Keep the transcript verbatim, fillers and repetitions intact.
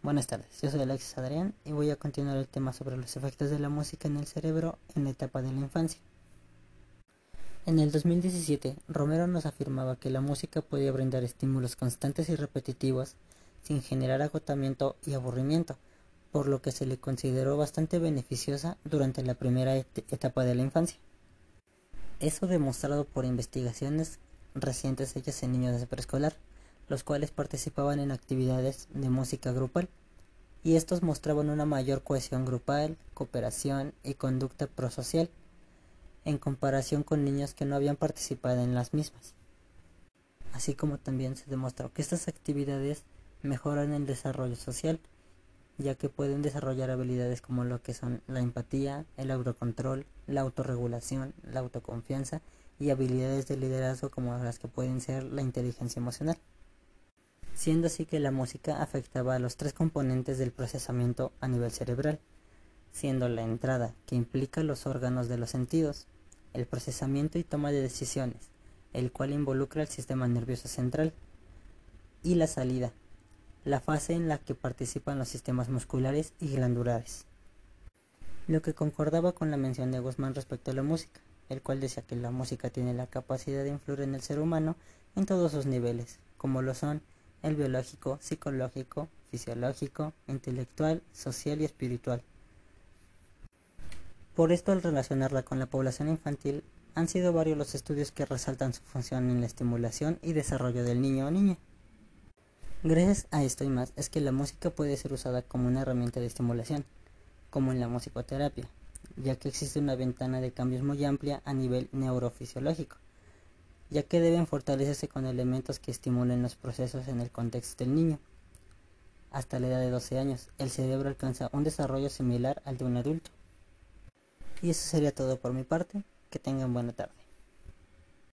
Buenas tardes, yo soy Alexis Adrián y voy a continuar el tema sobre los efectos de la música en el cerebro en la etapa de la infancia. En el dos mil diecisiete, Romero nos afirmaba que la música podía brindar estímulos constantes y repetitivos sin generar agotamiento y aburrimiento, por lo que se le consideró bastante beneficiosa durante la primera et- etapa de la infancia. Eso demostrado por investigaciones recientes hechas en niños de preescolar, los cuales participaban en actividades de música grupal, y estos mostraban una mayor cohesión grupal, cooperación y conducta prosocial, en comparación con niños que no habían participado en las mismas. Así como también se demostró que estas actividades mejoran el desarrollo social, ya que pueden desarrollar habilidades como lo que son la empatía, el autocontrol, la autorregulación, la autoconfianza y habilidades de liderazgo como las que pueden ser la inteligencia emocional, siendo así que la música afectaba a los tres componentes del procesamiento a nivel cerebral, siendo la entrada, que implica los órganos de los sentidos, el procesamiento y toma de decisiones, el cual involucra el sistema nervioso central, y la salida, la fase en la que participan los sistemas musculares y glandulares. Lo que concordaba con la mención de Guzmán respecto a la música, el cual decía que la música tiene la capacidad de influir en el ser humano en todos sus niveles, como lo son el biológico, psicológico, fisiológico, intelectual, social y espiritual. Por esto, al relacionarla con la población infantil, han sido varios los estudios que resaltan su función en la estimulación y desarrollo del niño o niña. Gracias a esto y más es que la música puede ser usada como una herramienta de estimulación, como en la musicoterapia, ya que existe una ventana de cambios muy amplia a nivel neurofisiológico, ya que deben fortalecerse con elementos que estimulen los procesos en el contexto del niño. Hasta la edad de doce años, el cerebro alcanza un desarrollo similar al de un adulto. Y eso sería todo por mi parte. Que tengan buena tarde.